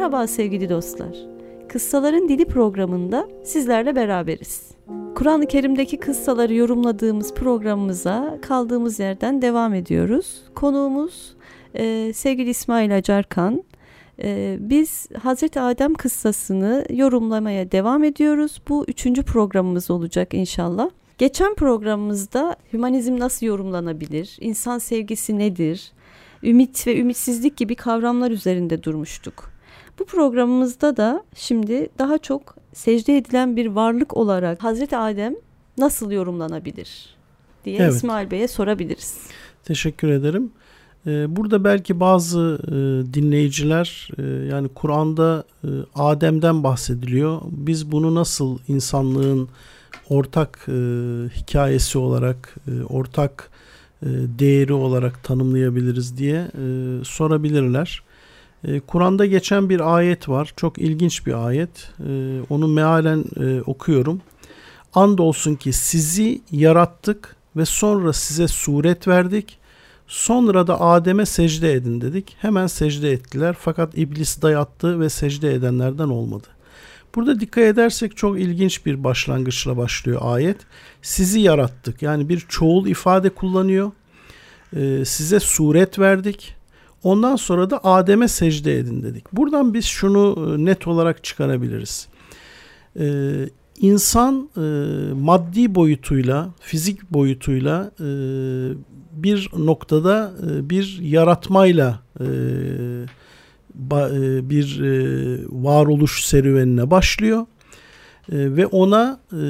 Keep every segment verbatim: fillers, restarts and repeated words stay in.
Merhaba sevgili dostlar. Kıssaların Dili programında sizlerle beraberiz. Kur'an-ı Kerim'deki kıssaları yorumladığımız programımıza kaldığımız yerden devam ediyoruz. Konuğumuz e, sevgili İsmail Acarkan. E, biz Hazreti Adem kıssasını yorumlamaya devam ediyoruz. Bu üçüncü programımız olacak inşallah. Geçen programımızda hümanizm nasıl yorumlanabilir, insan sevgisi nedir, ümit ve ümitsizlik gibi kavramlar üzerinde durmuştuk. Bu programımızda da şimdi daha çok secde edilen bir varlık olarak Hazreti Adem nasıl yorumlanabilir diye evet. İsmail Bey'e sorabiliriz. Teşekkür ederim. Burada belki bazı dinleyiciler yani Kur'an'da Adem'den bahsediliyor. Biz bunu nasıl insanlığın ortak hikayesi olarak, ortak değeri olarak tanımlayabiliriz diye sorabilirler. Kur'an'da geçen bir ayet var. Çok ilginç bir ayet. Onu mealen okuyorum. Andolsun ki sizi yarattık ve sonra size suret verdik. Sonra da Adem'e secde edin dedik. Hemen secde ettiler. Fakat iblis dayattı ve secde edenlerden olmadı. Burada dikkat edersek çok ilginç bir başlangıçla başlıyor ayet. Sizi yarattık. Yani bir çoğul ifade kullanıyor. Size suret verdik. Ondan sonra da Adem'e secde edin dedik. Buradan biz şunu net olarak çıkarabiliriz. Ee, insan e, maddi boyutuyla, fizik boyutuyla e, bir noktada e, bir yaratmayla e, ba, e, bir e, varoluş serüvenine başlıyor. E, ve ona e,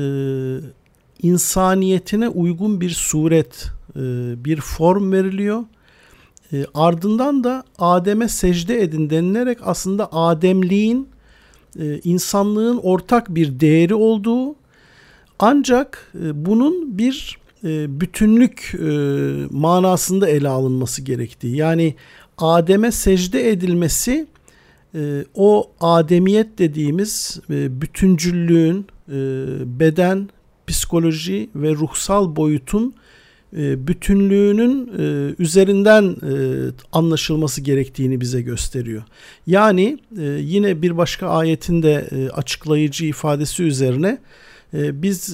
insaniyetine uygun bir suret, e, bir form veriliyor. E, ardından da Adem'e secde edin denilerek aslında Ademliğin e, insanlığın ortak bir değeri olduğu, ancak e, bunun bir e, bütünlük e, manasında ele alınması gerektiği. Yani Adem'e secde edilmesi e, o ademiyet dediğimiz e, bütüncüllüğün e, beden, psikoloji ve ruhsal boyutun bütünlüğünün üzerinden anlaşılması gerektiğini bize gösteriyor. Yani yine bir başka ayetinde açıklayıcı ifadesi üzerine biz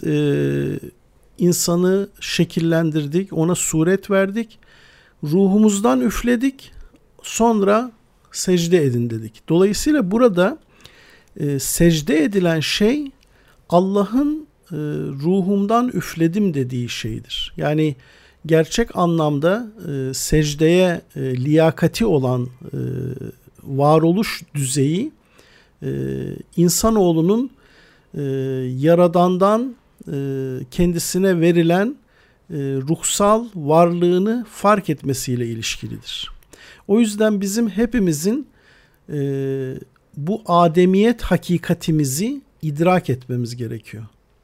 insanı şekillendirdik, ona suret verdik, ruhumuzdan üfledik, sonra secde edin dedik. Dolayısıyla burada secde edilen şey Allah'ın ruhumdan üfledim dediği şeydir. Yani gerçek anlamda e, secdeye e, liyakati olan e, varoluş düzeyi e, insanoğlunun e, Yaradan'dan e, kendisine verilen e, ruhsal varlığını fark etmesiyle ilişkilidir. O yüzden bizim hepimizin e, bu ademiyet hakikatimizi idrak etmemiz gerekiyor.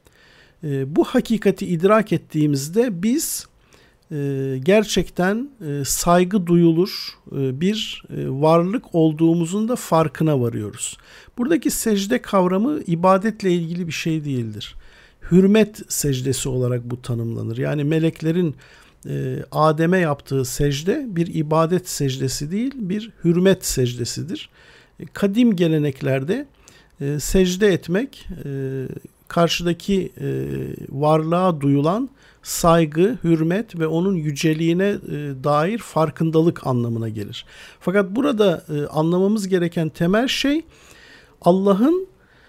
Bu hakikati idrak ettiğimizde biz gerçekten saygı duyulur bir varlık olduğumuzun da farkına varıyoruz. Buradaki secde kavramı ibadetle ilgili bir şey değildir. Hürmet secdesi olarak bu tanımlanır. Yani meleklerin Adem'e yaptığı secde bir ibadet secdesi değil, bir hürmet secdesidir. Kadim geleneklerde secde etmek karşıdaki e, varlığa duyulan saygı, hürmet ve onun yüceliğine e, dair farkındalık anlamına gelir. Fakat burada e, anlamamız gereken temel şey Allah'ın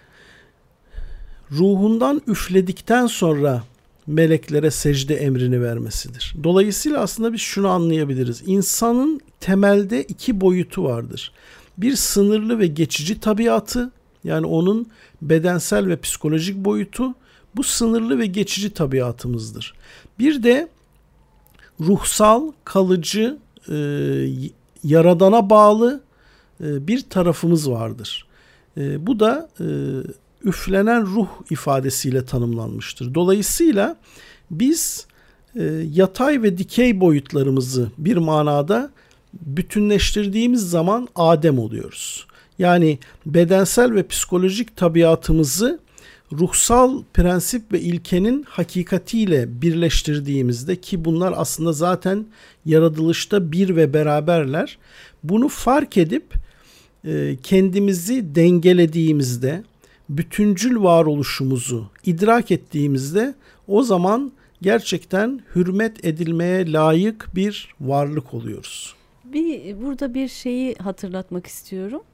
ruhundan üfledikten sonra meleklere secde emrini vermesidir. Dolayısıyla aslında biz şunu anlayabiliriz. İnsanın temelde iki boyutu vardır. Bir sınırlı ve geçici tabiatı, yani onun bedensel ve psikolojik boyutu, bu sınırlı ve geçici tabiatımızdır. Bir de ruhsal, kalıcı, e, yaradana bağlı e, bir tarafımız vardır. E, bu da e, üflenen ruh ifadesiyle tanımlanmıştır. Dolayısıyla biz e, yatay ve dikey boyutlarımızı bir manada bütünleştirdiğimiz zaman Adem oluyoruz. Yani bedensel ve psikolojik tabiatımızı ruhsal prensip ve ilkenin hakikatiyle birleştirdiğimizde, ki bunlar aslında zaten yaratılışta bir ve beraberler, bunu fark edip e, kendimizi dengelediğimizde, bütüncül varoluşumuzu idrak ettiğimizde o zaman gerçekten hürmet edilmeye layık bir varlık oluyoruz. Bir, burada bir şeyi hatırlatmak istiyorum.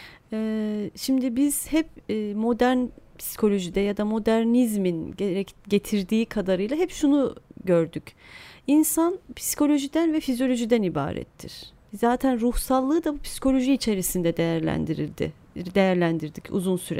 Ee, şimdi biz hep e, modern psikolojide ya da modernizmin gerek, getirdiği kadarıyla hep şunu gördük. İnsan psikolojiden ve fizyolojiden ibarettir. Zaten ruhsallığı da bu psikoloji içerisinde değerlendirildi, değerlendirdik uzun süre.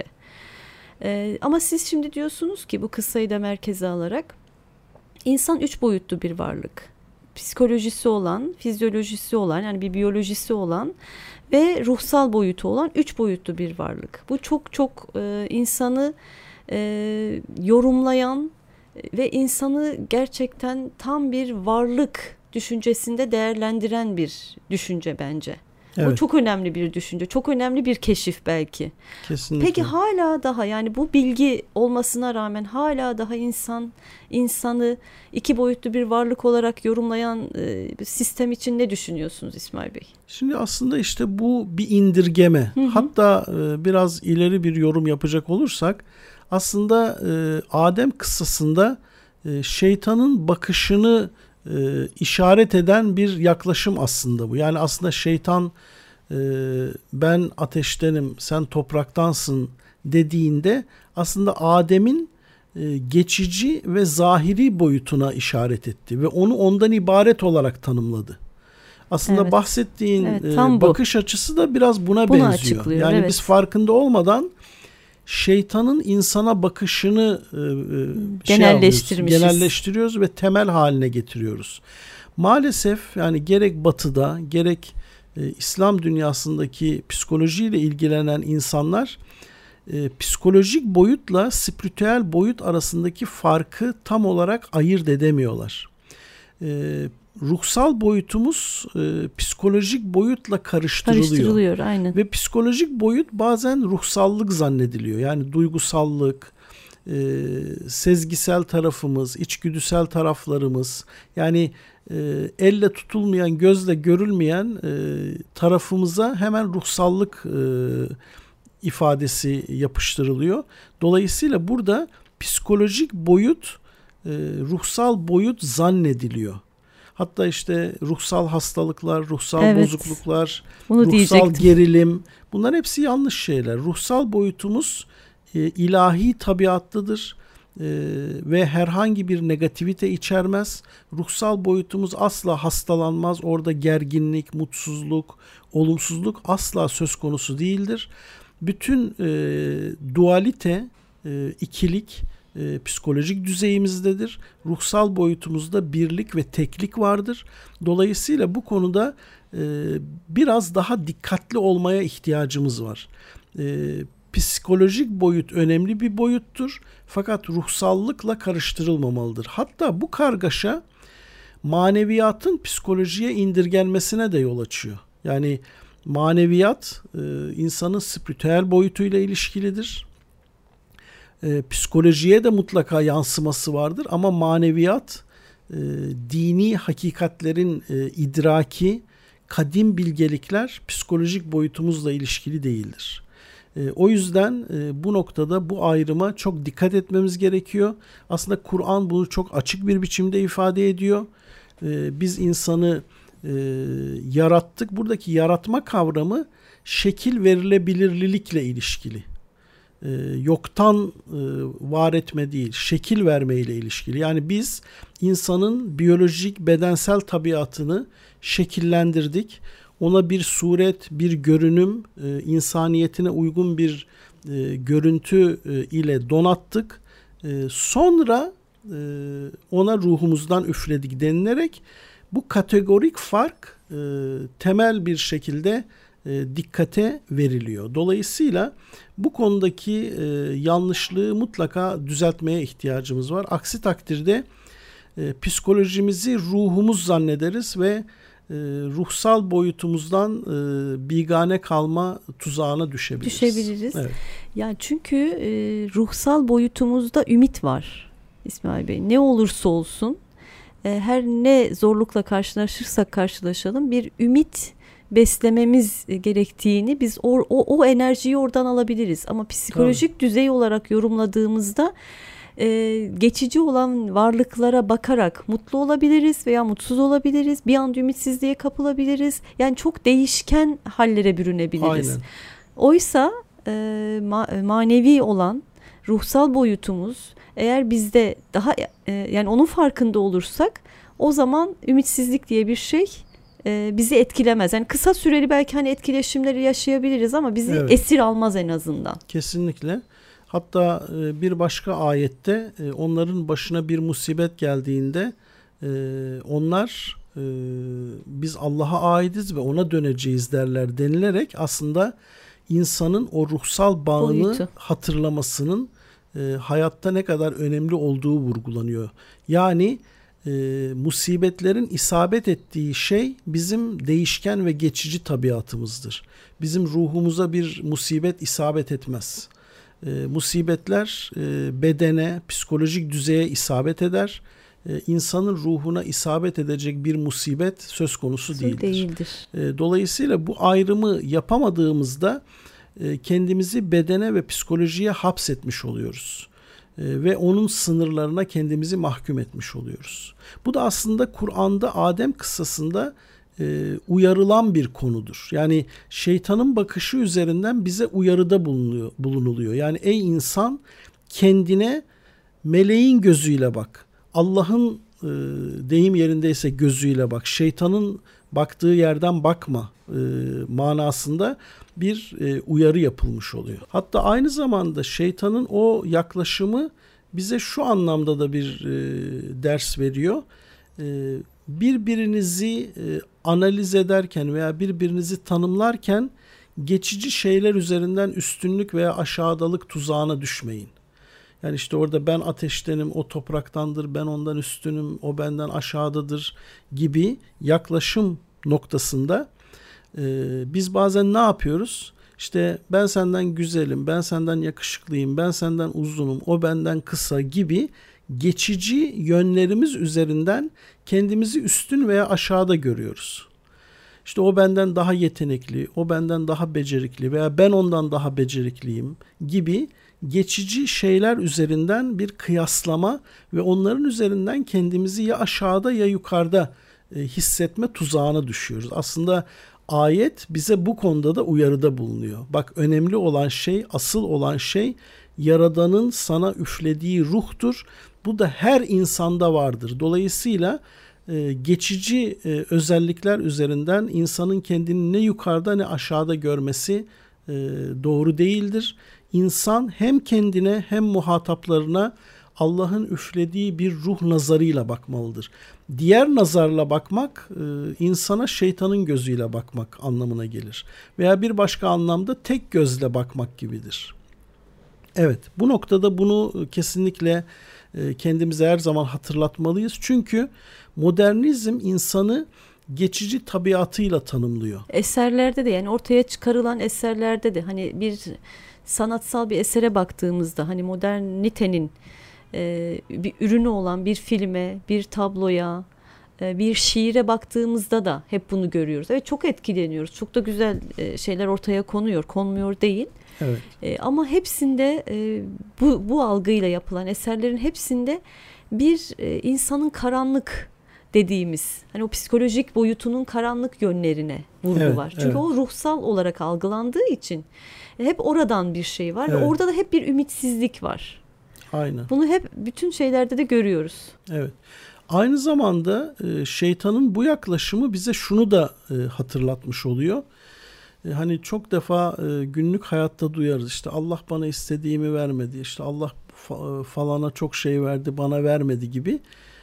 Ee, ama siz şimdi diyorsunuz ki bu kıssayı da merkeze alarak insan üç boyutlu bir varlık. Psikolojisi olan, fizyolojisi olan, yani bir biyolojisi olan ve ruhsal boyutu olan üç boyutlu bir varlık. Bu çok çok e, insanı e, yorumlayan ve insanı gerçekten tam bir varlık düşüncesinde değerlendiren bir düşünce bence. Evet. O çok önemli bir düşünce, çok önemli bir keşif belki. Kesinlikle. Peki hala daha, yani bu bilgi olmasına rağmen hala daha insan insanı iki boyutlu bir varlık olarak yorumlayan e, sistem için ne düşünüyorsunuz İsmail Bey? Şimdi aslında işte bu bir indirgeme. Hı hı. Hatta e, biraz ileri bir yorum yapacak olursak aslında e, Adem kıssasında e, şeytanın bakışını e, işaret eden bir yaklaşım aslında bu. Yani aslında şeytan e, ben ateştenim, sen topraktansın dediğinde aslında Adem'in e, geçici ve zahiri boyutuna işaret etti ve onu ondan ibaret olarak tanımladı. Aslında evet. bahsettiğin evet, e, bakış açısı da biraz buna, buna benziyor. Yani evet. biz farkında olmadan şeytanın insana bakışını e, şey genelleştiriyoruz ve temel haline getiriyoruz. Maalesef yani gerek Batı'da gerek e, İslam dünyasındaki psikolojiyle ilgilenen insanlar e, psikolojik boyutla spiritüel boyut arasındaki farkı tam olarak ayırt edemiyorlar. E, ruhsal boyutumuz e, psikolojik boyutla karıştırılıyor. Karıştırılıyor, aynen. Ve psikolojik boyut bazen ruhsallık zannediliyor. Yani duygusallık, e, sezgisel tarafımız, içgüdüsel taraflarımız, yani e, elle tutulmayan, gözle görülmeyen e, tarafımıza hemen ruhsallık e, ifadesi yapıştırılıyor. Dolayısıyla burada psikolojik boyut e, ruhsal boyut zannediliyor. Hatta işte ruhsal hastalıklar, ruhsal evet, bozukluklar, ruhsal diyecektim. Gerilim, bunlar hepsi yanlış şeyler. Ruhsal boyutumuz e, ilahi tabiatlıdır e, ve herhangi bir negativite içermez. Ruhsal boyutumuz asla hastalanmaz. Orada gerginlik, mutsuzluk, olumsuzluk asla söz konusu değildir. Bütün e, dualite, e, ikilik, E, psikolojik düzeyimizdedir. Ruhsal boyutumuzda birlik ve teklik vardır. Dolayısıyla bu konuda e, biraz daha dikkatli olmaya ihtiyacımız var. E, psikolojik boyut önemli bir boyuttur. Fakat ruhsallıkla karıştırılmamalıdır. Hatta bu kargaşa maneviyatın psikolojiye indirgenmesine de yol açıyor. Yani maneviyat e, insanın spiritüel boyutuyla ilişkilidir. E, psikolojiye de mutlaka yansıması vardır ama maneviyat e, dini hakikatlerin e, idraki, kadim bilgelikler psikolojik boyutumuzla ilişkili değildir. E, o yüzden e, bu noktada bu ayrıma çok dikkat etmemiz gerekiyor. Aslında Kur'an bunu çok açık bir biçimde ifade ediyor. E, biz insanı e, yarattık. Buradaki yaratma kavramı şekil verilebilirlikle ilişkili. Ee, yoktan e, var etme değil, şekil verme ile ilişkili. Yani biz insanın biyolojik, bedensel tabiatını şekillendirdik. Ona bir suret, bir görünüm, e, insaniyetine uygun bir e, görüntü e, ile donattık. E, sonra e, ona ruhumuzdan üfledik denilerek bu kategorik fark e, temel bir şekilde e, dikkate veriliyor. Dolayısıyla bu konudaki e, yanlışlığı mutlaka düzeltmeye ihtiyacımız var. Aksi takdirde e, psikolojimizi ruhumuz zannederiz ve e, ruhsal boyutumuzdan e, bigane kalma tuzağına düşebiliriz. Düşebiliriz. Evet. Ya çünkü e, ruhsal boyutumuzda ümit var İsmail Bey. Ne olursa olsun, e, her ne zorlukla karşılaşırsak karşılaşalım, bir ümit, beslememiz gerektiğini, biz o, o, o enerjiyi oradan alabiliriz. Ama psikolojik Tabii. düzey olarak yorumladığımızda e, geçici olan varlıklara bakarak mutlu olabiliriz veya mutsuz olabiliriz. Bir an ümitsizliğe kapılabiliriz. Yani çok değişken hallere bürünebiliriz. Aynen. Oysa e, ma- manevi olan ruhsal boyutumuz eğer bizde daha e, yani onun farkında olursak, o zaman ümitsizlik diye bir şey e, bizi etkilemez. Yani kısa süreli belki hani etkileşimleri yaşayabiliriz ama bizi evet. esir almaz en azından. Kesinlikle. Hatta e, bir başka ayette e, onların başına bir musibet geldiğinde e, onlar e, biz Allah'a aitiz ve ona döneceğiz derler denilerek aslında insanın o ruhsal bağını Boyutu. hatırlamasının e, hayatta ne kadar önemli olduğu vurgulanıyor. Yani e, musibetlerin isabet ettiği şey bizim değişken ve geçici tabiatımızdır. Bizim ruhumuza bir musibet isabet etmez. E, musibetler e, bedene, psikolojik düzeye isabet eder. E, insanın ruhuna isabet edecek bir musibet söz konusu değildir. değildir. E, dolayısıyla bu ayrımı yapamadığımızda e, kendimizi bedene ve psikolojiye hapsetmiş oluyoruz. E, ve onun sınırlarına kendimizi mahkum etmiş oluyoruz. Bu da aslında Kur'an'da Adem kıssasında e, uyarılan bir konudur. Yani şeytanın bakışı üzerinden bize uyarıda bulunuyor, bulunuluyor. Yani ey insan, kendine meleğin gözüyle bak. Allah'ın e, deyim yerindeyse gözüyle bak. Şeytanın baktığı yerden bakma e, manasında bir e, uyarı yapılmış oluyor. Hatta aynı zamanda şeytanın o yaklaşımı bize şu anlamda da bir e, ders veriyor. E, birbirinizi e, analiz ederken veya birbirinizi tanımlarken geçici şeyler üzerinden üstünlük veya aşağıdalık tuzağına düşmeyin. Yani işte orada ben ateştenim, o topraktandır, ben ondan üstünüm, o benden aşağıdadır gibi yaklaşım noktasında e, biz bazen ne yapıyoruz? İşte ben senden güzelim, ben senden yakışıklıyım, ben senden uzunum, o benden kısa gibi geçici yönlerimiz üzerinden kendimizi üstün veya aşağıda görüyoruz. İşte o benden daha yetenekli, o benden daha becerikli veya ben ondan daha becerikliyim gibi geçici şeyler üzerinden bir kıyaslama ve onların üzerinden kendimizi ya aşağıda ya yukarıda e, hissetme tuzağına düşüyoruz. Aslında ayet bize bu konuda da uyarıda bulunuyor. Bak, önemli olan şey, asıl olan şey Yaradan'ın sana üflediği ruhtur. Bu da her insanda vardır. Dolayısıyla e, geçici e, özellikler üzerinden insanın kendini ne yukarıda ne aşağıda görmesi e, doğru değildir. İnsan hem kendine hem muhataplarına Allah'ın üflediği bir ruh nazarıyla bakmalıdır. Diğer nazarla bakmak e, insana şeytanın gözüyle bakmak anlamına gelir. Veya bir başka anlamda tek gözle bakmak gibidir. Evet, bu noktada bunu kesinlikle e, kendimize her zaman hatırlatmalıyız. Çünkü modernizm insanı geçici tabiatıyla tanımlıyor. Eserlerde de, yani ortaya çıkarılan eserlerde de hani bir sanatsal bir esere baktığımızda, hani modernitenin e, bir ürünü olan bir filme, bir tabloya, e, bir şiire baktığımızda da hep bunu görüyoruz. Evet, çok etkileniyoruz. Çok da güzel e, şeyler ortaya konuyor, konmuyor değil. Evet. E, ama hepsinde e, bu bu algıyla yapılan eserlerin hepsinde bir e, insanın karanlık dediğimiz, hani o psikolojik boyutunun karanlık yönlerine vurgu evet, var. Çünkü evet. o ruhsal olarak algılandığı için hep oradan bir şey var evet. ve orada da hep bir ümitsizlik var. Aynen. Bunu hep bütün şeylerde de görüyoruz. Evet. Aynı zamanda şeytanın bu yaklaşımı bize şunu da hatırlatmış oluyor. Hani çok defa günlük hayatta duyarız. İşte Allah bana istediğimi vermedi. İşte Allah falana çok şey verdi, bana vermedi gibi.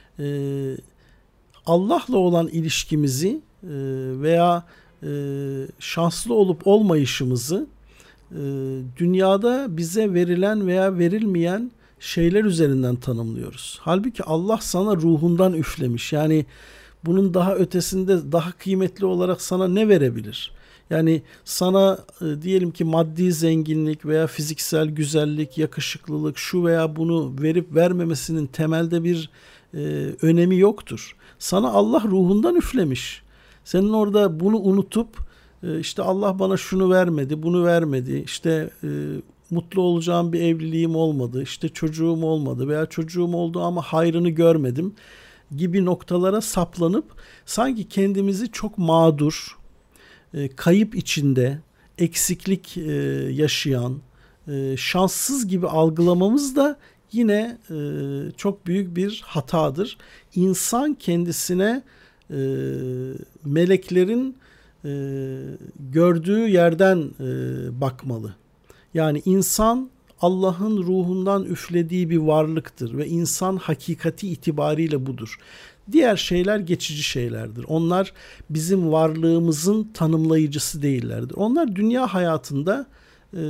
Allah'la olan ilişkimizi veya şanslı olup olmayışımızı dünyada bize verilen veya verilmeyen şeyler üzerinden tanımlıyoruz. Halbuki Allah sana ruhundan üflemiş. Yani bunun daha ötesinde daha kıymetli olarak sana ne verebilir? Yani sana e, diyelim ki maddi zenginlik veya fiziksel güzellik, yakışıklılık, şu veya bunu verip vermemesinin temelde bir e, önemi yoktur. Sana Allah ruhundan üflemiş. Senin orada bunu unutup e, işte Allah bana şunu vermedi, bunu vermedi, işte e, mutlu olacağım bir evliliğim olmadı, işte çocuğum olmadı veya çocuğum oldu ama hayrını görmedim gibi noktalara saplanıp sanki kendimizi çok mağdur, e, kayıp içinde, eksiklik e, yaşayan, e, şanssız gibi algılamamız da yine e, çok büyük bir hatadır. İnsan kendisine e, meleklerin e, gördüğü yerden e, bakmalı. Yani insan Allah'ın ruhundan üflediği bir varlıktır ve insan hakikati itibariyle budur. Diğer şeyler geçici şeylerdir. Onlar bizim varlığımızın tanımlayıcısı değillerdir. Onlar dünya hayatında e,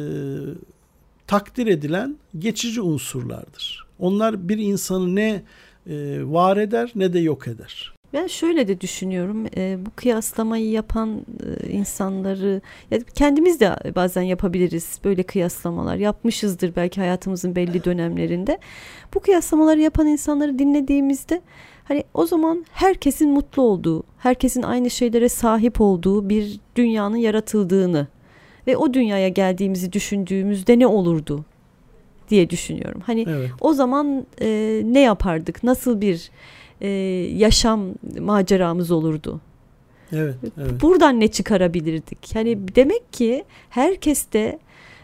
takdir edilen geçici unsurlardır. Onlar bir insanı ne e, var eder ne de yok eder. Ben şöyle de düşünüyorum, e, bu kıyaslamayı yapan e, insanları ya kendimiz de bazen yapabiliriz, böyle kıyaslamalar yapmışızdır belki hayatımızın belli dönemlerinde. Bu kıyaslamaları yapan insanları dinlediğimizde hani o zaman herkesin mutlu olduğu, herkesin aynı şeylere sahip olduğu bir dünyanın yaratıldığını ve o dünyaya geldiğimizi düşündüğümüzde ne olurdu diye düşünüyorum. Hani evet. O zaman e, ne yapardık, nasıl bir Ee, yaşam maceramız olurdu. Evet, evet. Buradan ne çıkarabilirdik? Yani demek ki herkeste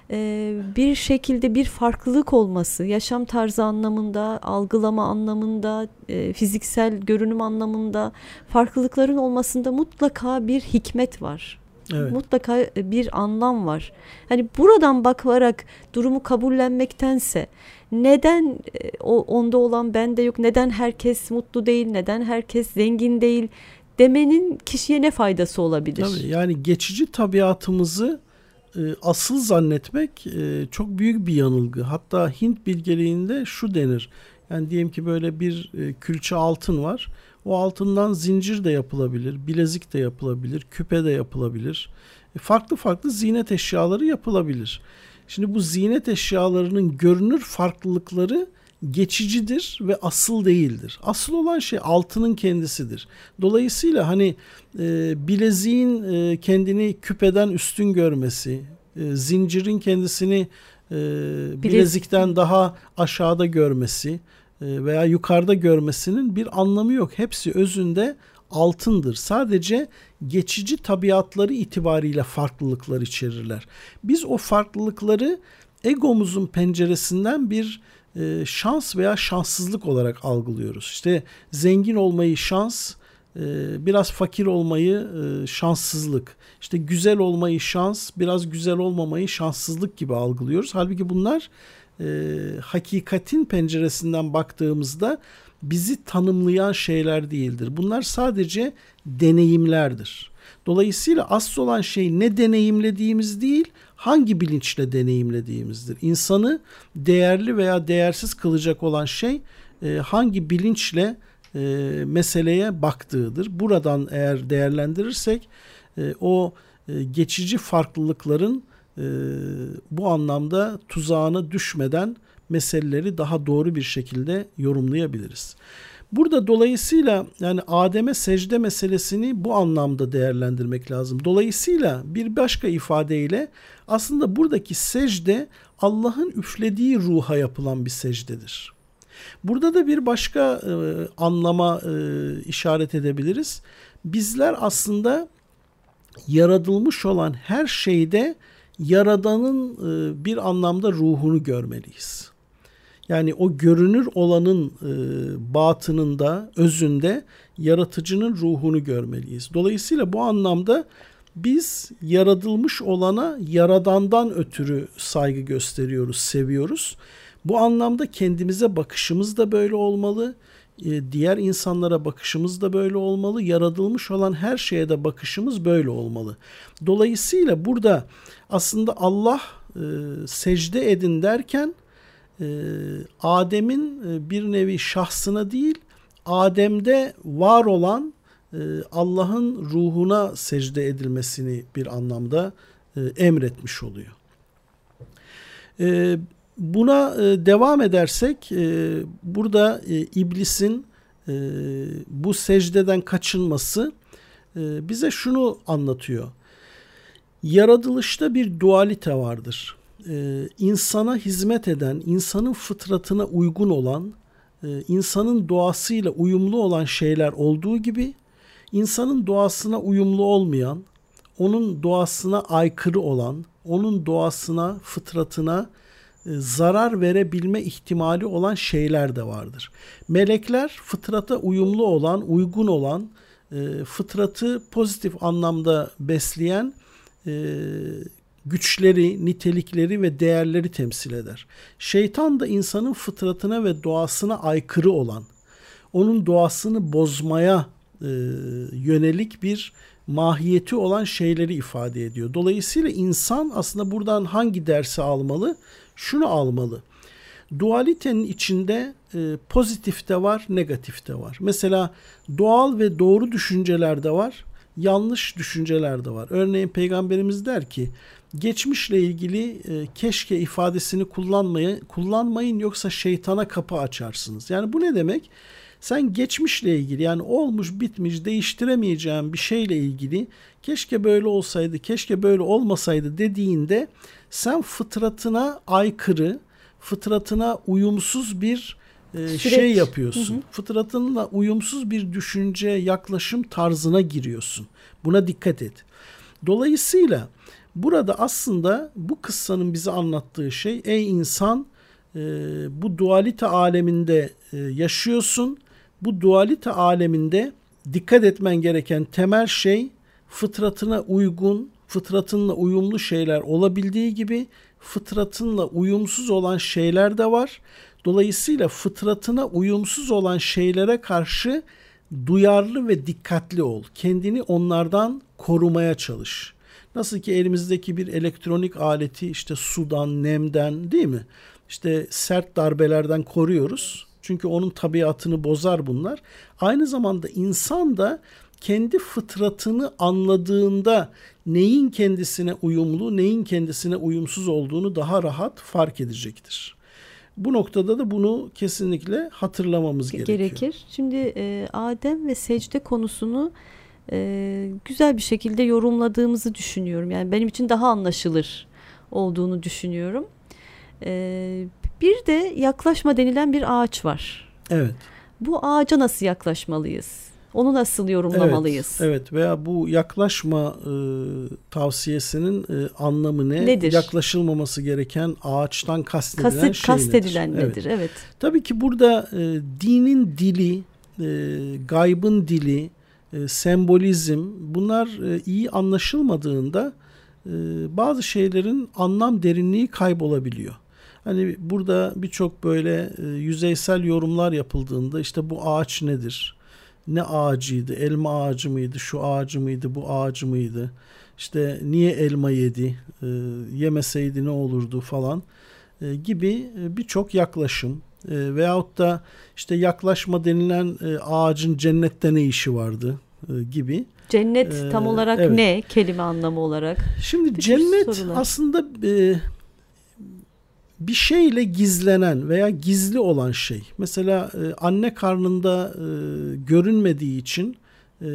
e, bir şekilde bir farklılık olması, yaşam tarzı anlamında, algılama anlamında, e, fiziksel görünüm anlamında farklılıkların olmasında mutlaka bir hikmet var. Evet. Mutlaka bir anlam var. Hani buradan bakarak durumu kabullenmektense neden o onda olan bende yok, neden herkes mutlu değil, neden herkes zengin değil demenin kişiye ne faydası olabilir? Tabii, yani geçici tabiatımızı e, asıl zannetmek e, çok büyük bir yanılgı. Hatta Hint bilgeliğinde şu denir. Yani diyelim ki böyle bir e, külçe altın var. O altından zincir de yapılabilir, bilezik de yapılabilir, küpe de yapılabilir. E, farklı farklı ziynet eşyaları yapılabilir. Şimdi bu ziynet eşyalarının görünür farklılıkları geçicidir ve asıl değildir. Asıl olan şey altının kendisidir. Dolayısıyla hani e, bileziğin e, kendini küpeden üstün görmesi, e, zincirin kendisini e, bilezikten daha aşağıda görmesi e, veya yukarıda görmesinin bir anlamı yok. Hepsi özünde altındır. Sadece geçici tabiatları itibariyle farklılıklar içerirler. Biz o farklılıkları egomuzun penceresinden bir e, şans veya şanssızlık olarak algılıyoruz. İşte zengin olmayı şans, e, biraz fakir olmayı e, şanssızlık. İşte güzel olmayı şans, biraz güzel olmamayı şanssızlık gibi algılıyoruz. Halbuki bunlar e, hakikatin penceresinden baktığımızda bizi tanımlayan şeyler değildir. Bunlar sadece deneyimlerdir. Dolayısıyla asıl olan şey ne deneyimlediğimiz değil, hangi bilinçle deneyimlediğimizdir. İnsanı değerli veya değersiz kılacak olan şey hangi bilinçle meseleye baktığıdır. Buradan eğer değerlendirirsek o geçici farklılıkların bu anlamda tuzağına düşmeden meseleleri daha doğru bir şekilde yorumlayabiliriz. Burada dolayısıyla yani Adem'e secde meselesini bu anlamda değerlendirmek lazım. Dolayısıyla bir başka ifadeyle aslında buradaki secde Allah'ın üflediği ruha yapılan bir secdedir. Burada da bir başka e, anlama e, işaret edebiliriz. Bizler aslında yaratılmış olan her şeyde Yaradan'ın e, bir anlamda ruhunu görmeliyiz. Yani o görünür olanın e, batınında, özünde yaratıcının ruhunu görmeliyiz. Dolayısıyla bu anlamda biz yaratılmış olana Yaradan'dan ötürü saygı gösteriyoruz, seviyoruz. Bu anlamda kendimize bakışımız da böyle olmalı. E, diğer insanlara bakışımız da böyle olmalı. Yaratılmış olan her şeye de bakışımız böyle olmalı. Dolayısıyla burada aslında Allah e, secde edin derken Adem'in bir nevi şahsına değil, Adem'de var olan Allah'ın ruhuna secde edilmesini bir anlamda emretmiş oluyor. Buna devam edersek burada iblisin bu secdeden kaçınması bize şunu anlatıyor. Yaratılışta bir dualite vardır. Ee, insana hizmet eden, insanın fıtratına uygun olan, e, insanın doğasıyla uyumlu olan şeyler olduğu gibi, insanın doğasına uyumlu olmayan, onun doğasına aykırı olan, onun doğasına, fıtratına e, zarar verebilme ihtimali olan şeyler de vardır. Melekler fıtrata uyumlu olan, uygun olan, e, fıtratı pozitif anlamda besleyen e, güçleri, nitelikleri ve değerleri temsil eder. Şeytan da insanın fıtratına ve doğasına aykırı olan, onun doğasını bozmaya e, yönelik bir mahiyeti olan şeyleri ifade ediyor. Dolayısıyla insan aslında buradan hangi dersi almalı? Şunu almalı. Dualitenin içinde e, pozitif de var, negatif de var. Mesela doğal ve doğru düşünceler de var, yanlış düşünceler de var. Örneğin Peygamberimiz der ki, geçmişle ilgili e, keşke ifadesini kullanmayın, kullanmayın yoksa şeytana kapı açarsınız. Yani bu ne demek? Sen geçmişle ilgili, yani olmuş bitmiş değiştiremeyeceğin bir şeyle ilgili keşke böyle olsaydı, keşke böyle olmasaydı dediğinde sen fıtratına aykırı, fıtratına uyumsuz bir e, şey yapıyorsun. Hı hı. Fıtratınla uyumsuz bir düşünce, yaklaşım tarzına giriyorsun. Buna dikkat et. Dolayısıyla burada aslında bu kıssanın bize anlattığı şey, ey insan, e, bu dualite aleminde e, yaşıyorsun. Bu dualite aleminde dikkat etmen gereken temel şey, fıtratına uygun, fıtratınla uyumlu şeyler olabildiği gibi fıtratınla uyumsuz olan şeyler de var. Dolayısıyla fıtratına uyumsuz olan şeylere karşı duyarlı ve dikkatli ol. Kendini onlardan korumaya çalış. Nasıl ki elimizdeki bir elektronik aleti işte sudan, nemden, değil mi? İşte sert darbelerden koruyoruz. Çünkü onun tabiatını bozar bunlar. Aynı zamanda insan da kendi fıtratını anladığında neyin kendisine uyumlu, neyin kendisine uyumsuz olduğunu daha rahat fark edecektir. Bu noktada da bunu kesinlikle hatırlamamız gerekiyor. Gerekir. Şimdi e, Adem ve secde konusunu e, güzel bir şekilde yorumladığımızı düşünüyorum. Yani benim için daha anlaşılır olduğunu düşünüyorum. E, bir de yaklaşma denilen bir ağaç var. Evet. Bu ağaca nasıl yaklaşmalıyız? Onu nasıl yorumlamalıyız? Evet, evet. Veya bu yaklaşma e, tavsiyesinin e, anlamı ne? Nedir? Yaklaşılmaması gereken ağaçtan kastedilen Kasıt, şey kastedilen nedir? nedir? Evet. Evet. Tabii ki burada e, dinin dili, e, gaybın dili, e, sembolizm, bunlar e, iyi anlaşılmadığında e, bazı şeylerin anlam derinliği kaybolabiliyor. Hani burada birçok böyle e, yüzeysel yorumlar yapıldığında işte bu ağaç nedir? Ne ağacıydı? Elma ağacı mıydı? Şu ağacı mıydı? Bu ağacı mıydı? İşte niye elma yedi? E, yemeseydi ne olurdu falan e, gibi birçok yaklaşım e, veyahut da işte yaklaşma denilen e, ağacın cennette ne işi vardı e, gibi. Cennet e, tam olarak evet. Ne? Kelime anlamı olarak. Şimdi bir cennet aslında e, bir şeyle gizlenen veya gizli olan şey. Mesela e, anne karnında e, görünmediği için e,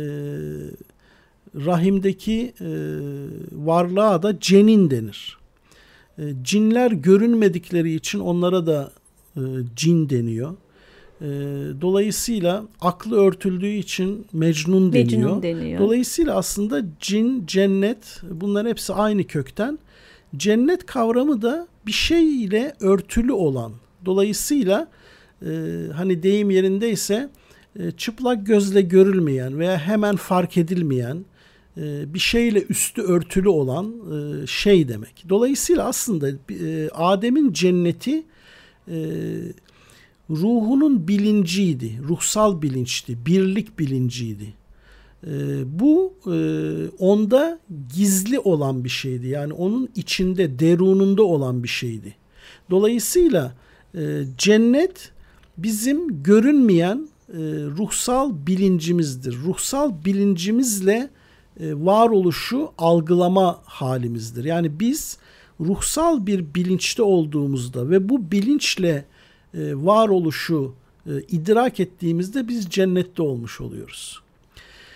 rahimdeki e, varlığa da cenin denir. E, cinler görünmedikleri için onlara da e, cin deniyor. E, dolayısıyla aklı örtüldüğü için mecnun deniyor. Mecnun deniyor. Dolayısıyla aslında cin, cennet, bunların hepsi aynı kökten. Cennet kavramı da bir şey ile örtülü olan. Dolayısıyla e, hani deyim yerindeyse e, çıplak gözle görülmeyen veya hemen fark edilmeyen e, bir şeyle üstü örtülü olan e, şey demek. Dolayısıyla aslında e, Adem'in cenneti e, ruhunun bilinciydi, ruhsal bilinçti, birlik bilinciydi. Ee, bu e, onda gizli olan bir şeydi. Yani onun içinde, derununda olan bir şeydi. Dolayısıyla e, cennet bizim görünmeyen e, ruhsal bilincimizdir. Ruhsal bilincimizle e, varoluşu algılama halimizdir. Yani biz ruhsal bir bilinçte olduğumuzda ve bu bilinçle e, varoluşu e, idrak ettiğimizde biz cennette olmuş oluyoruz.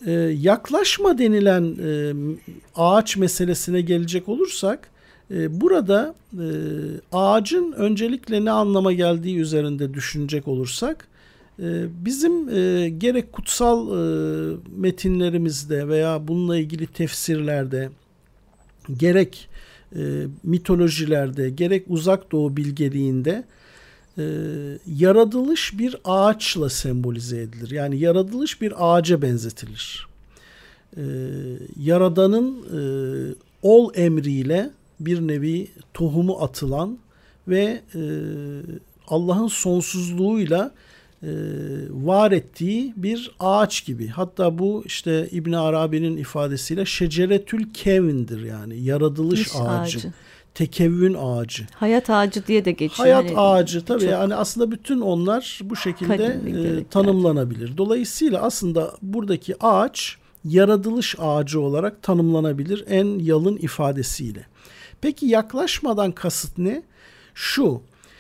Ee, yaklaşma denilen e, ağaç meselesine gelecek olursak, e, burada e, ağacın öncelikle ne anlama geldiği üzerinde düşünecek olursak, e, bizim e, gerek kutsal e, metinlerimizde veya bununla ilgili tefsirlerde, gerek e, mitolojilerde, gerek uzak doğu bilgeliğinde e, yaratılış bir ağaçla sembolize edilir. Yani yaratılış bir ağaca benzetilir. E, Yaradan'ın e, ol emriyle bir nevi tohumu atılan ve e, Allah'ın sonsuzluğuyla e, var ettiği bir ağaç gibi. Hatta bu işte İbn Arabi'nin ifadesiyle şeceretül kevndir, yani yaratılış İş ağacı. ağacı. Tekevvün ağacı. Hayat ağacı diye de geçiyor. Hayat hani ağacı tabii, çok yani aslında bütün onlar bu şekilde e, tanımlanabilir. Dolayısıyla aslında buradaki ağaç yaratılış ağacı olarak tanımlanabilir en yalın ifadesiyle. Peki yaklaşmadan kasıt ne? Şu: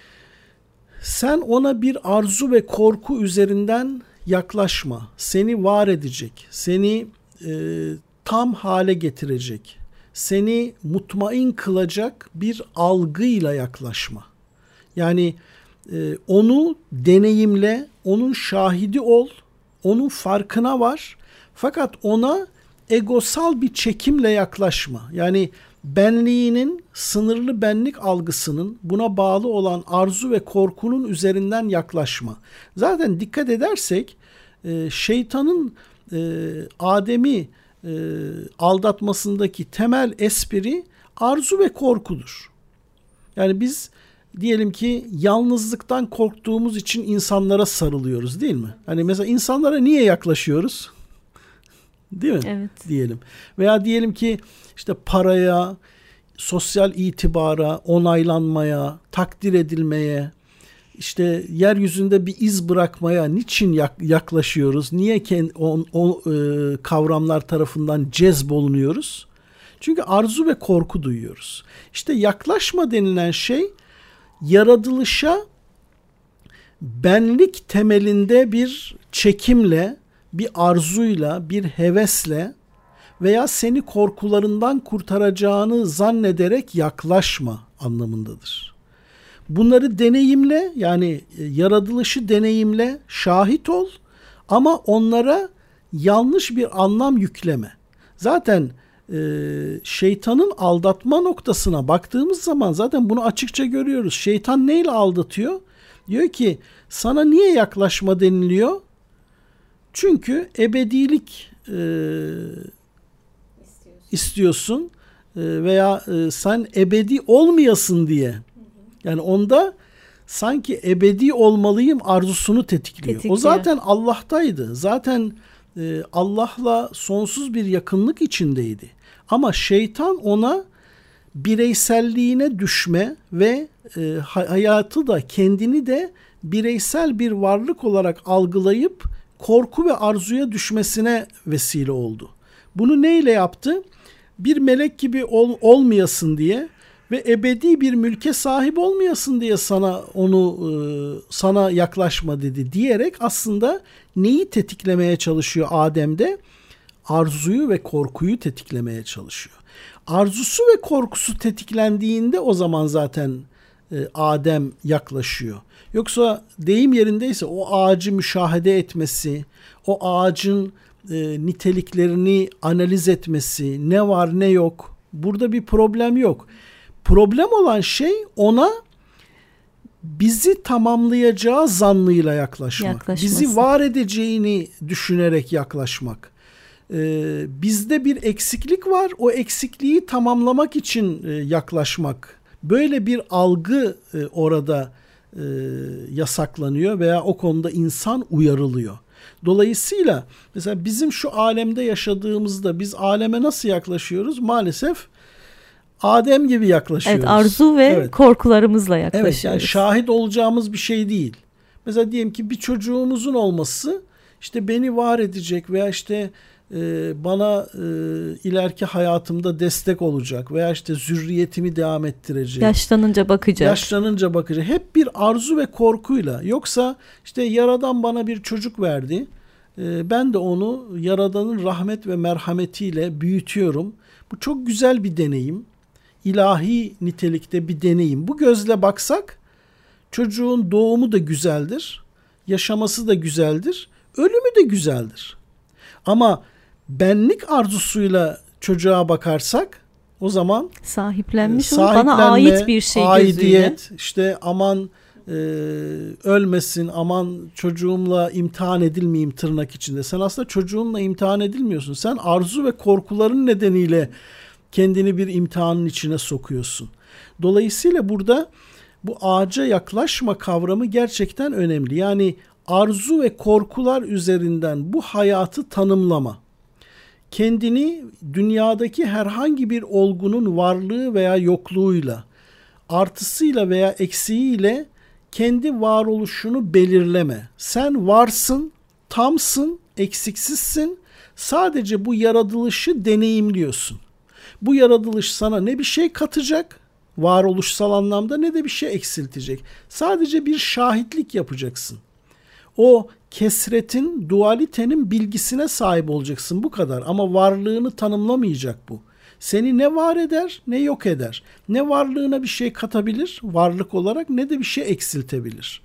sen ona bir arzu ve korku üzerinden yaklaşma. Seni var edecek, seni e, tam hale getirecek, seni mutmain kılacak bir algıyla yaklaşma. Yani e, onu deneyimle, onun şahidi ol, onun farkına var. Fakat ona egosal bir çekimle yaklaşma. Yani benliğinin, sınırlı benlik algısının, buna bağlı olan arzu ve korkunun üzerinden yaklaşma. Zaten dikkat edersek e, şeytanın e, Adem'i e, aldatmasındaki temel espri arzu ve korkudur. Yani biz diyelim ki yalnızlıktan korktuğumuz için insanlara sarılıyoruz, değil mi? Hani mesela insanlara niye yaklaşıyoruz? Değil mi? Evet. Diyelim. Veya diyelim ki işte paraya, sosyal itibara, onaylanmaya, takdir edilmeye, işte yeryüzünde bir iz bırakmaya niçin yaklaşıyoruz? Niye o, o e, kavramlar tarafından cezbolunuyoruz? Çünkü arzu ve korku duyuyoruz. İşte yaklaşma denilen şey yaratılışa benlik temelinde bir çekimle, bir arzuyla, bir hevesle veya seni korkularından kurtaracağını zannederek yaklaşma anlamındadır. Bunları deneyimle, yani yaratılışı deneyimle, şahit ol ama onlara yanlış bir anlam yükleme. Zaten e, şeytanın aldatma noktasına baktığımız zaman zaten bunu açıkça görüyoruz. Şeytan neyle aldatıyor? Diyor ki sana niye yaklaşma deniliyor? Çünkü ebedilik e, istiyorsun, istiyorsun e, veya e, sen ebedi olmayasın diye. Yani onda sanki ebedi olmalıyım arzusunu tetikliyor. tetikliyor. O zaten Allah'taydı. Zaten e, Allah'la sonsuz bir yakınlık içindeydi. Ama şeytan ona bireyselliğine düşme ve e, hayatı da, kendini de bireysel bir varlık olarak algılayıp korku ve arzuya düşmesine vesile oldu. Bunu neyle yaptı? Bir melek gibi ol, olmayasın diye ve ebedi bir mülke sahip olmayasın diye sana onu e, sana yaklaşma dedi diyerek aslında neyi tetiklemeye çalışıyor Adem'de? Arzuyu ve korkuyu tetiklemeye çalışıyor. Arzusu ve korkusu tetiklendiğinde o zaman zaten e, Adem yaklaşıyor. Yoksa deyim yerindeyse o ağacı müşahede etmesi, o ağacın e, niteliklerini analiz etmesi, ne var ne yok, burada bir problem yok. Problem olan şey ona bizi tamamlayacağı zannıyla yaklaşmak. Yaklaşması. Bizi var edeceğini düşünerek yaklaşmak. Ee, bizde bir eksiklik var. O eksikliği tamamlamak için e, yaklaşmak. Böyle bir algı e, orada e, yasaklanıyor veya o konuda insan uyarılıyor. Dolayısıyla mesela bizim şu alemde yaşadığımızda biz aleme nasıl yaklaşıyoruz? Maalesef Adem gibi yaklaşıyoruz. Evet, arzu ve evet. korkularımızla yaklaşıyoruz. Evet, yani şahit olacağımız bir şey değil. Mesela diyelim ki bir çocuğumuzun olması işte beni var edecek veya işte e, bana e, ileriki hayatımda destek olacak veya işte zürriyetimi devam ettirecek. Yaşlanınca bakacak. Yaşlanınca bakacak. Hep bir arzu ve korkuyla. Yoksa işte Yaradan bana bir çocuk verdi. e, ben de onu Yaradan'ın rahmet ve merhametiyle büyütüyorum. Bu çok güzel bir deneyim. İlahi nitelikte bir deneyim. Bu gözle baksak çocuğun doğumu da güzeldir, yaşaması da güzeldir, ölümü de güzeldir. Ama benlik arzusuyla çocuğa bakarsak o zaman sahiplenmiş e, bana ait bir şey aidiyet, gözüyle. işte aman e, ölmesin, aman çocuğumla imtihan edilmeyeyim tırnak içinde. Sen aslında çocuğunla imtihan edilmiyorsun. Sen arzu ve korkuların nedeniyle kendini bir imtihanın içine sokuyorsun. Dolayısıyla burada bu ağaca yaklaşma kavramı gerçekten önemli. Yani arzu ve korkular üzerinden bu hayatı tanımlama. Kendini dünyadaki herhangi bir olgunun varlığı veya yokluğuyla, artısıyla veya eksiğiyle kendi varoluşunu belirleme. Sen varsın, tamsın, eksiksizsin. Sadece bu yaratılışı deneyimliyorsun. Bu yaratılış sana ne bir şey katacak, varoluşsal anlamda, ne de bir şey eksiltecek. Sadece bir şahitlik yapacaksın. O kesretin, dualitenin bilgisine sahip olacaksın, bu kadar. Ama varlığını tanımlamayacak bu. Seni ne var eder ne yok eder. Ne varlığına bir şey katabilir varlık olarak, ne de bir şey eksiltebilir.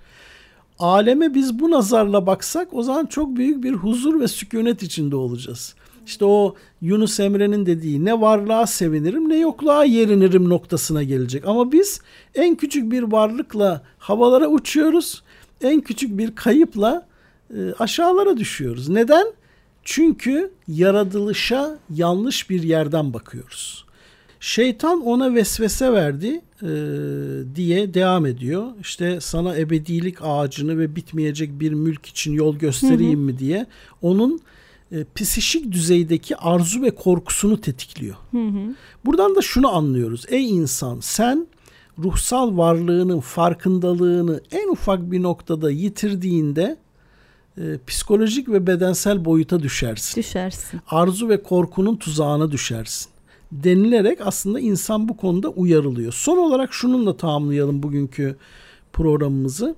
Aleme biz bu nazarla baksak o zaman çok büyük bir huzur ve sükunet içinde olacağız. İşte o Yunus Emre'nin dediği ne varlığa sevinirim ne yokluğa yerinirim noktasına gelecek. Ama biz en küçük bir varlıkla havalara uçuyoruz. En küçük bir kayıpla e, aşağılara düşüyoruz. Neden? Çünkü yaratılışa yanlış bir yerden bakıyoruz. Şeytan ona vesvese verdi e, diye devam ediyor. İşte sana ebedilik ağacını ve bitmeyecek bir mülk için yol göstereyim hı hı. mi diye onun e, psişik düzeydeki arzu ve korkusunu tetikliyor. Hı hı. Buradan da şunu anlıyoruz. Ey insan, sen ruhsal varlığının farkındalığını en ufak bir noktada yitirdiğinde e, psikolojik ve bedensel boyuta düşersin. Düşersin. Arzu ve korkunun tuzağına düşersin denilerek aslında insan bu konuda uyarılıyor. Son olarak şununla tamamlayalım bugünkü programımızı.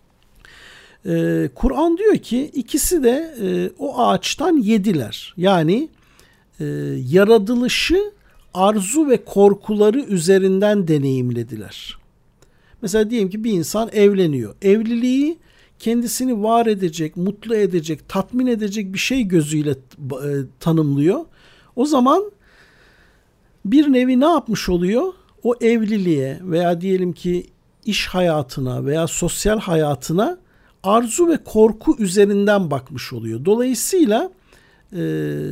Ee, Kur'an diyor ki ikisi de e, o ağaçtan yediler. Yani e, yaratılışı arzu ve korkuları üzerinden deneyimlediler. Mesela diyelim ki bir insan evleniyor. Evliliği kendisini var edecek, mutlu edecek, tatmin edecek bir şey gözüyle e, tanımlıyor. O zaman bir nevi ne yapmış oluyor? O evliliğe veya diyelim ki iş hayatına veya sosyal hayatına arzu ve korku üzerinden bakmış oluyor. Dolayısıyla e,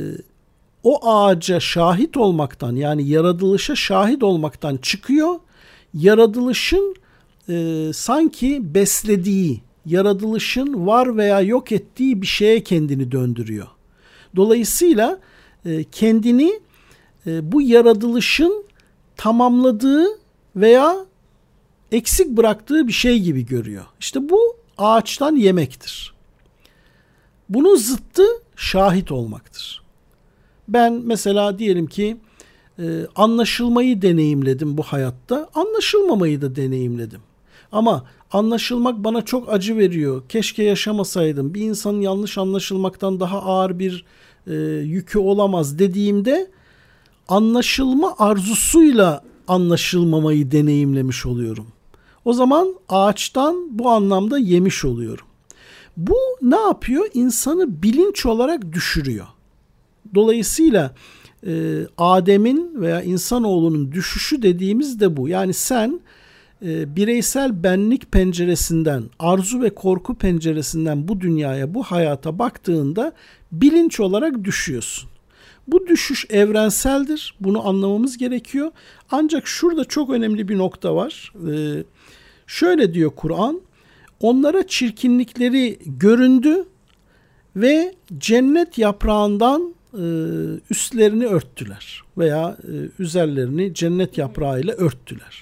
o ağaca şahit olmaktan, yani yaratılışa şahit olmaktan çıkıyor. Yaratılışın e, sanki beslediği, yaratılışın var veya yok ettiği bir şeye kendini döndürüyor. Dolayısıyla e, kendini e, bu yaratılışın tamamladığı veya eksik bıraktığı bir şey gibi görüyor. İşte bu ağaçtan yemektir. Bunun zıttı şahit olmaktır. Ben mesela diyelim ki e, anlaşılmayı deneyimledim bu hayatta. Anlaşılmamayı da deneyimledim. Ama anlaşılmak bana çok acı veriyor. Keşke yaşamasaydım. Bir insanın yanlış anlaşılmaktan daha ağır bir e, yükü olamaz dediğimde anlaşılma arzusuyla anlaşılmamayı deneyimlemiş oluyorum. O zaman ağaçtan bu anlamda yemiş oluyorum. Bu ne yapıyor? İnsanı bilinç olarak düşürüyor. Dolayısıyla e, Adem'in veya insanoğlunun düşüşü dediğimiz de bu. Yani sen e, bireysel benlik penceresinden, arzu ve korku penceresinden bu dünyaya, bu hayata baktığında bilinç olarak düşüyorsun. Bu düşüş evrenseldir. Bunu anlamamız gerekiyor. Ancak şurada çok önemli bir nokta var. Ee, şöyle diyor Kur'an. Onlara çirkinlikleri göründü ve cennet yaprağından e, üstlerini örttüler. Veya e, üzerlerini cennet yaprağıyla örttüler.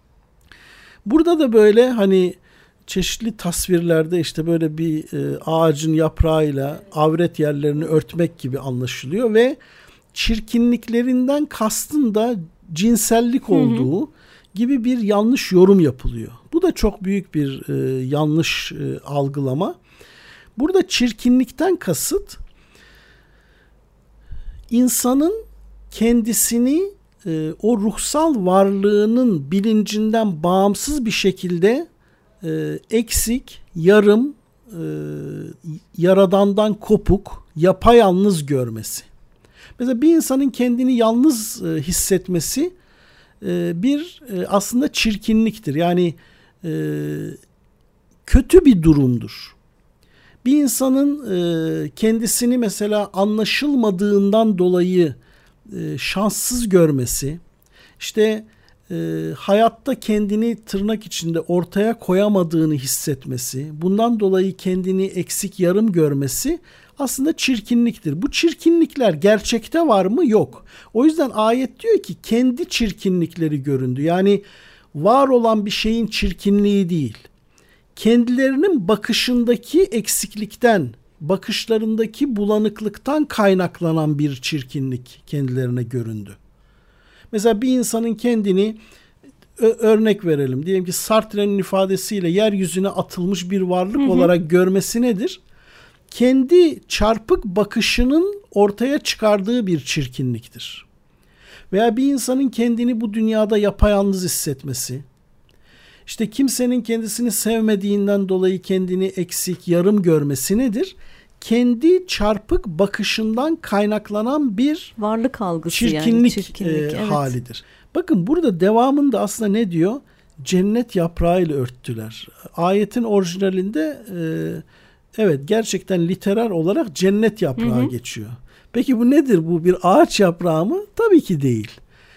Burada da böyle hani çeşitli tasvirlerde işte böyle bir e, ağacın yaprağıyla avret yerlerini örtmek gibi anlaşılıyor ve çirkinliklerinden kastın da cinsellik olduğu hı hı. gibi bir yanlış yorum yapılıyor. Bu da çok büyük bir e, yanlış e, algılama. Burada çirkinlikten kasıt insanın kendisini e, o ruhsal varlığının bilincinden bağımsız bir şekilde e, eksik, yarım, e, yaradandan kopuk, yapayalnız görmesi. Mesela bir insanın kendini yalnız e, hissetmesi e, bir e, aslında çirkinliktir. Yani e, kötü bir durumdur. Bir insanın e, kendisini mesela anlaşılmadığından dolayı e, şanssız görmesi, işte e, hayatta kendini tırnak içinde ortaya koyamadığını hissetmesi, bundan dolayı kendini eksik, yarım görmesi aslında çirkinliktir. Bu çirkinlikler gerçekte var mı? Yok. O yüzden ayet diyor ki kendi çirkinlikleri göründü. Yani var olan bir şeyin çirkinliği değil. Kendilerinin bakışındaki eksiklikten, bakışlarındaki bulanıklıktan kaynaklanan bir çirkinlik kendilerine göründü. Mesela bir insanın kendini, örnek verelim, diyelim ki Sartre'nin ifadesiyle yeryüzüne atılmış bir varlık hı hı. olarak görmesi nedir? Kendi çarpık bakışının ortaya çıkardığı bir çirkinliktir. Veya bir insanın kendini bu dünyada yapayalnız hissetmesi, İşte kimsenin kendisini sevmediğinden dolayı kendini eksik, yarım görmesi nedir? Kendi çarpık bakışından kaynaklanan bir varlık algısı, çirkinlik, yani çirkinlik e, evet. halidir. Bakın burada devamında aslında ne diyor? Cennet yaprağıyla örttüler. Ayetin orijinalinde e, evet gerçekten literal olarak cennet yaprağı hı hı. geçiyor. Peki bu nedir? Bu bir ağaç yaprağı mı? Tabii ki değil.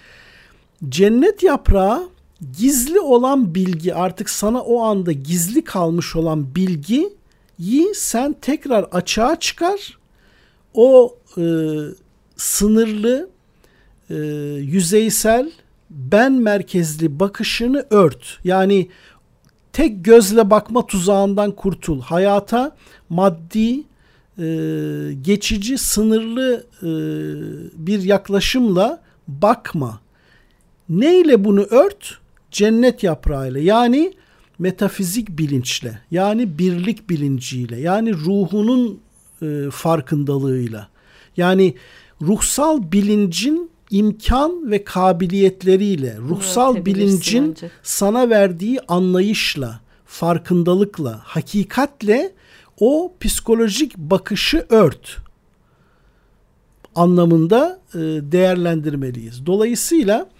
Cennet yaprağı gizli olan bilgi, artık sana o anda gizli kalmış olan bilgiyi sen tekrar açığa çıkar. O e, sınırlı, e, yüzeysel, ben merkezli bakışını ört. Yani tek gözle bakma tuzağından kurtul. Hayata maddi, e, geçici, sınırlı e, bir yaklaşımla bakma. Neyle bunu ört? Cennet yaprağıyla, yani metafizik bilinçle, yani birlik bilinciyle, yani ruhunun e, farkındalığıyla, yani ruhsal bilincin imkan ve kabiliyetleriyle, ruhsal bilincin bence. sana verdiği anlayışla, farkındalıkla, hakikatle o psikolojik bakışı ört anlamında e, değerlendirmeliyiz. Dolayısıyla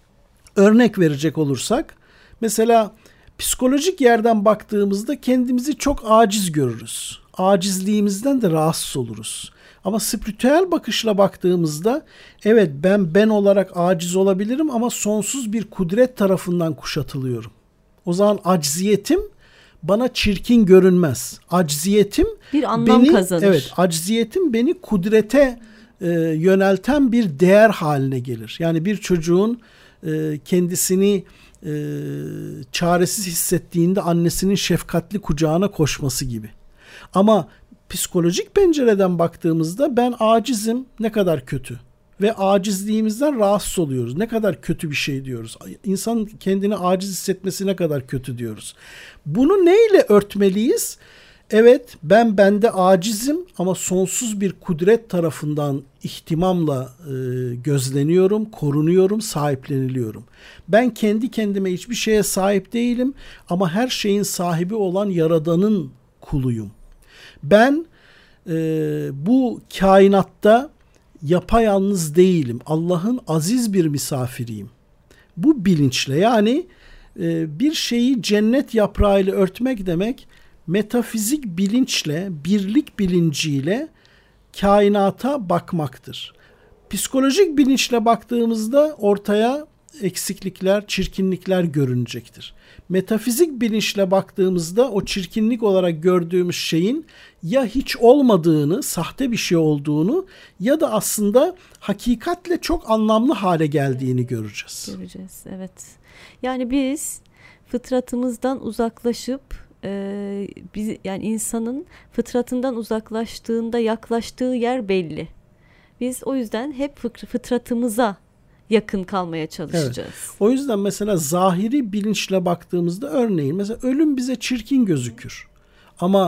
örnek verecek olursak, mesela psikolojik yerden baktığımızda kendimizi çok aciz görürüz. Acizliğimizden de rahatsız oluruz. Ama spiritüel bakışla baktığımızda evet ben ben olarak aciz olabilirim ama sonsuz bir kudret tarafından kuşatılıyorum. O zaman acziyetim bana çirkin görünmez. Acziyetim bir anlam beni, kazanır. Evet, acziyetim beni kudrete e, yönelten bir değer haline gelir. Yani bir çocuğun kendisini e, çaresiz hissettiğinde annesinin şefkatli kucağına koşması gibi. Ama psikolojik pencereden baktığımızda ben acizim, ne kadar kötü. Ve acizliğimizden rahatsız oluyoruz. Ne kadar kötü bir şey diyoruz. İnsan kendini aciz hissetmesi ne kadar kötü diyoruz. Bunu neyle örtmeliyiz? Evet, ben bende acizim ama sonsuz bir kudret tarafından ihtimamla e, gözleniyorum, korunuyorum, sahipleniliyorum. Ben kendi kendime hiçbir şeye sahip değilim ama her şeyin sahibi olan Yaradan'ın kuluyum. Ben e, bu kainatta yapayalnız değilim. Allah'ın aziz bir misafiriyim. Bu bilinçle, yani e, bir şeyi cennet yaprağıyla örtmek demek, metafizik bilinçle, birlik bilinciyle kainata bakmaktır. Psikolojik bilinçle baktığımızda ortaya eksiklikler, çirkinlikler görünecektir. Metafizik bilinçle baktığımızda o çirkinlik olarak gördüğümüz şeyin ya hiç olmadığını, sahte bir şey olduğunu ya da aslında hakikatle çok anlamlı hale geldiğini göreceğiz. Göreceğiz, evet. Yani biz fıtratımızdan uzaklaşıp Ee, biz, yani insanın fıtratından uzaklaştığında yaklaştığı yer belli. Biz o yüzden hep fıtratımıza yakın kalmaya çalışacağız. Evet. O yüzden mesela zahiri bilinçle baktığımızda, örneğin mesela ölüm bize çirkin gözükür. Ama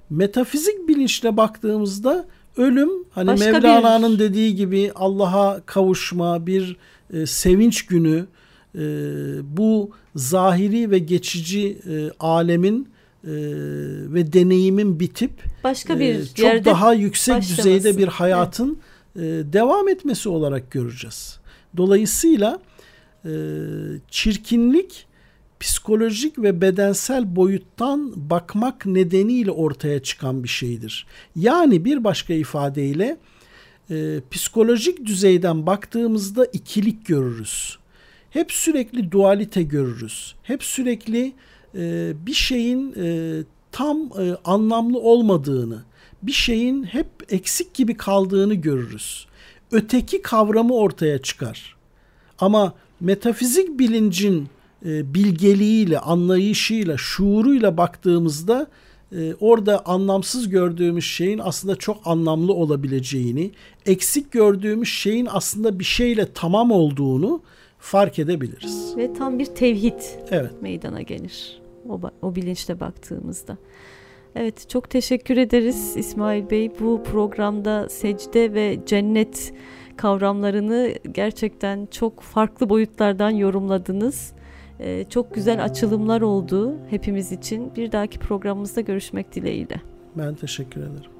Metafizik bilinçle baktığımızda ölüm, hani başka Mevlana'nın bir... dediği gibi Allah'a kavuşma, bir e, sevinç günü, e, bu zahiri ve geçici e, alemin e, ve deneyimin bitip başka bir e, çok yerde daha yüksek başlaması. düzeyde bir hayatın evet. e, devam etmesi olarak göreceğiz. Dolayısıyla e, çirkinlik psikolojik ve bedensel boyuttan bakmak nedeniyle ortaya çıkan bir şeydir. Yani bir başka ifadeyle e, psikolojik düzeyden baktığımızda ikilik görürüz. Hep sürekli dualite görürüz. Hep sürekli e, bir şeyin e, tam e, anlamlı olmadığını, bir şeyin hep eksik gibi kaldığını görürüz. Öteki kavramı ortaya çıkar. Ama metafizik bilincin e, bilgeliğiyle, anlayışıyla, şuuruyla baktığımızda e, orada anlamsız gördüğümüz şeyin aslında çok anlamlı olabileceğini, eksik gördüğümüz şeyin aslında bir şeyle tamam olduğunu fark edebiliriz. Ve tam bir tevhid evet. meydana gelir o, o bilinçle baktığımızda. Evet, çok teşekkür ederiz İsmail Bey. Bu programda secde ve cennet kavramlarını gerçekten çok farklı boyutlardan yorumladınız. Ee, çok güzel açılımlar oldu hepimiz için. Bir dahaki programımızda görüşmek dileğiyle. Ben teşekkür ederim.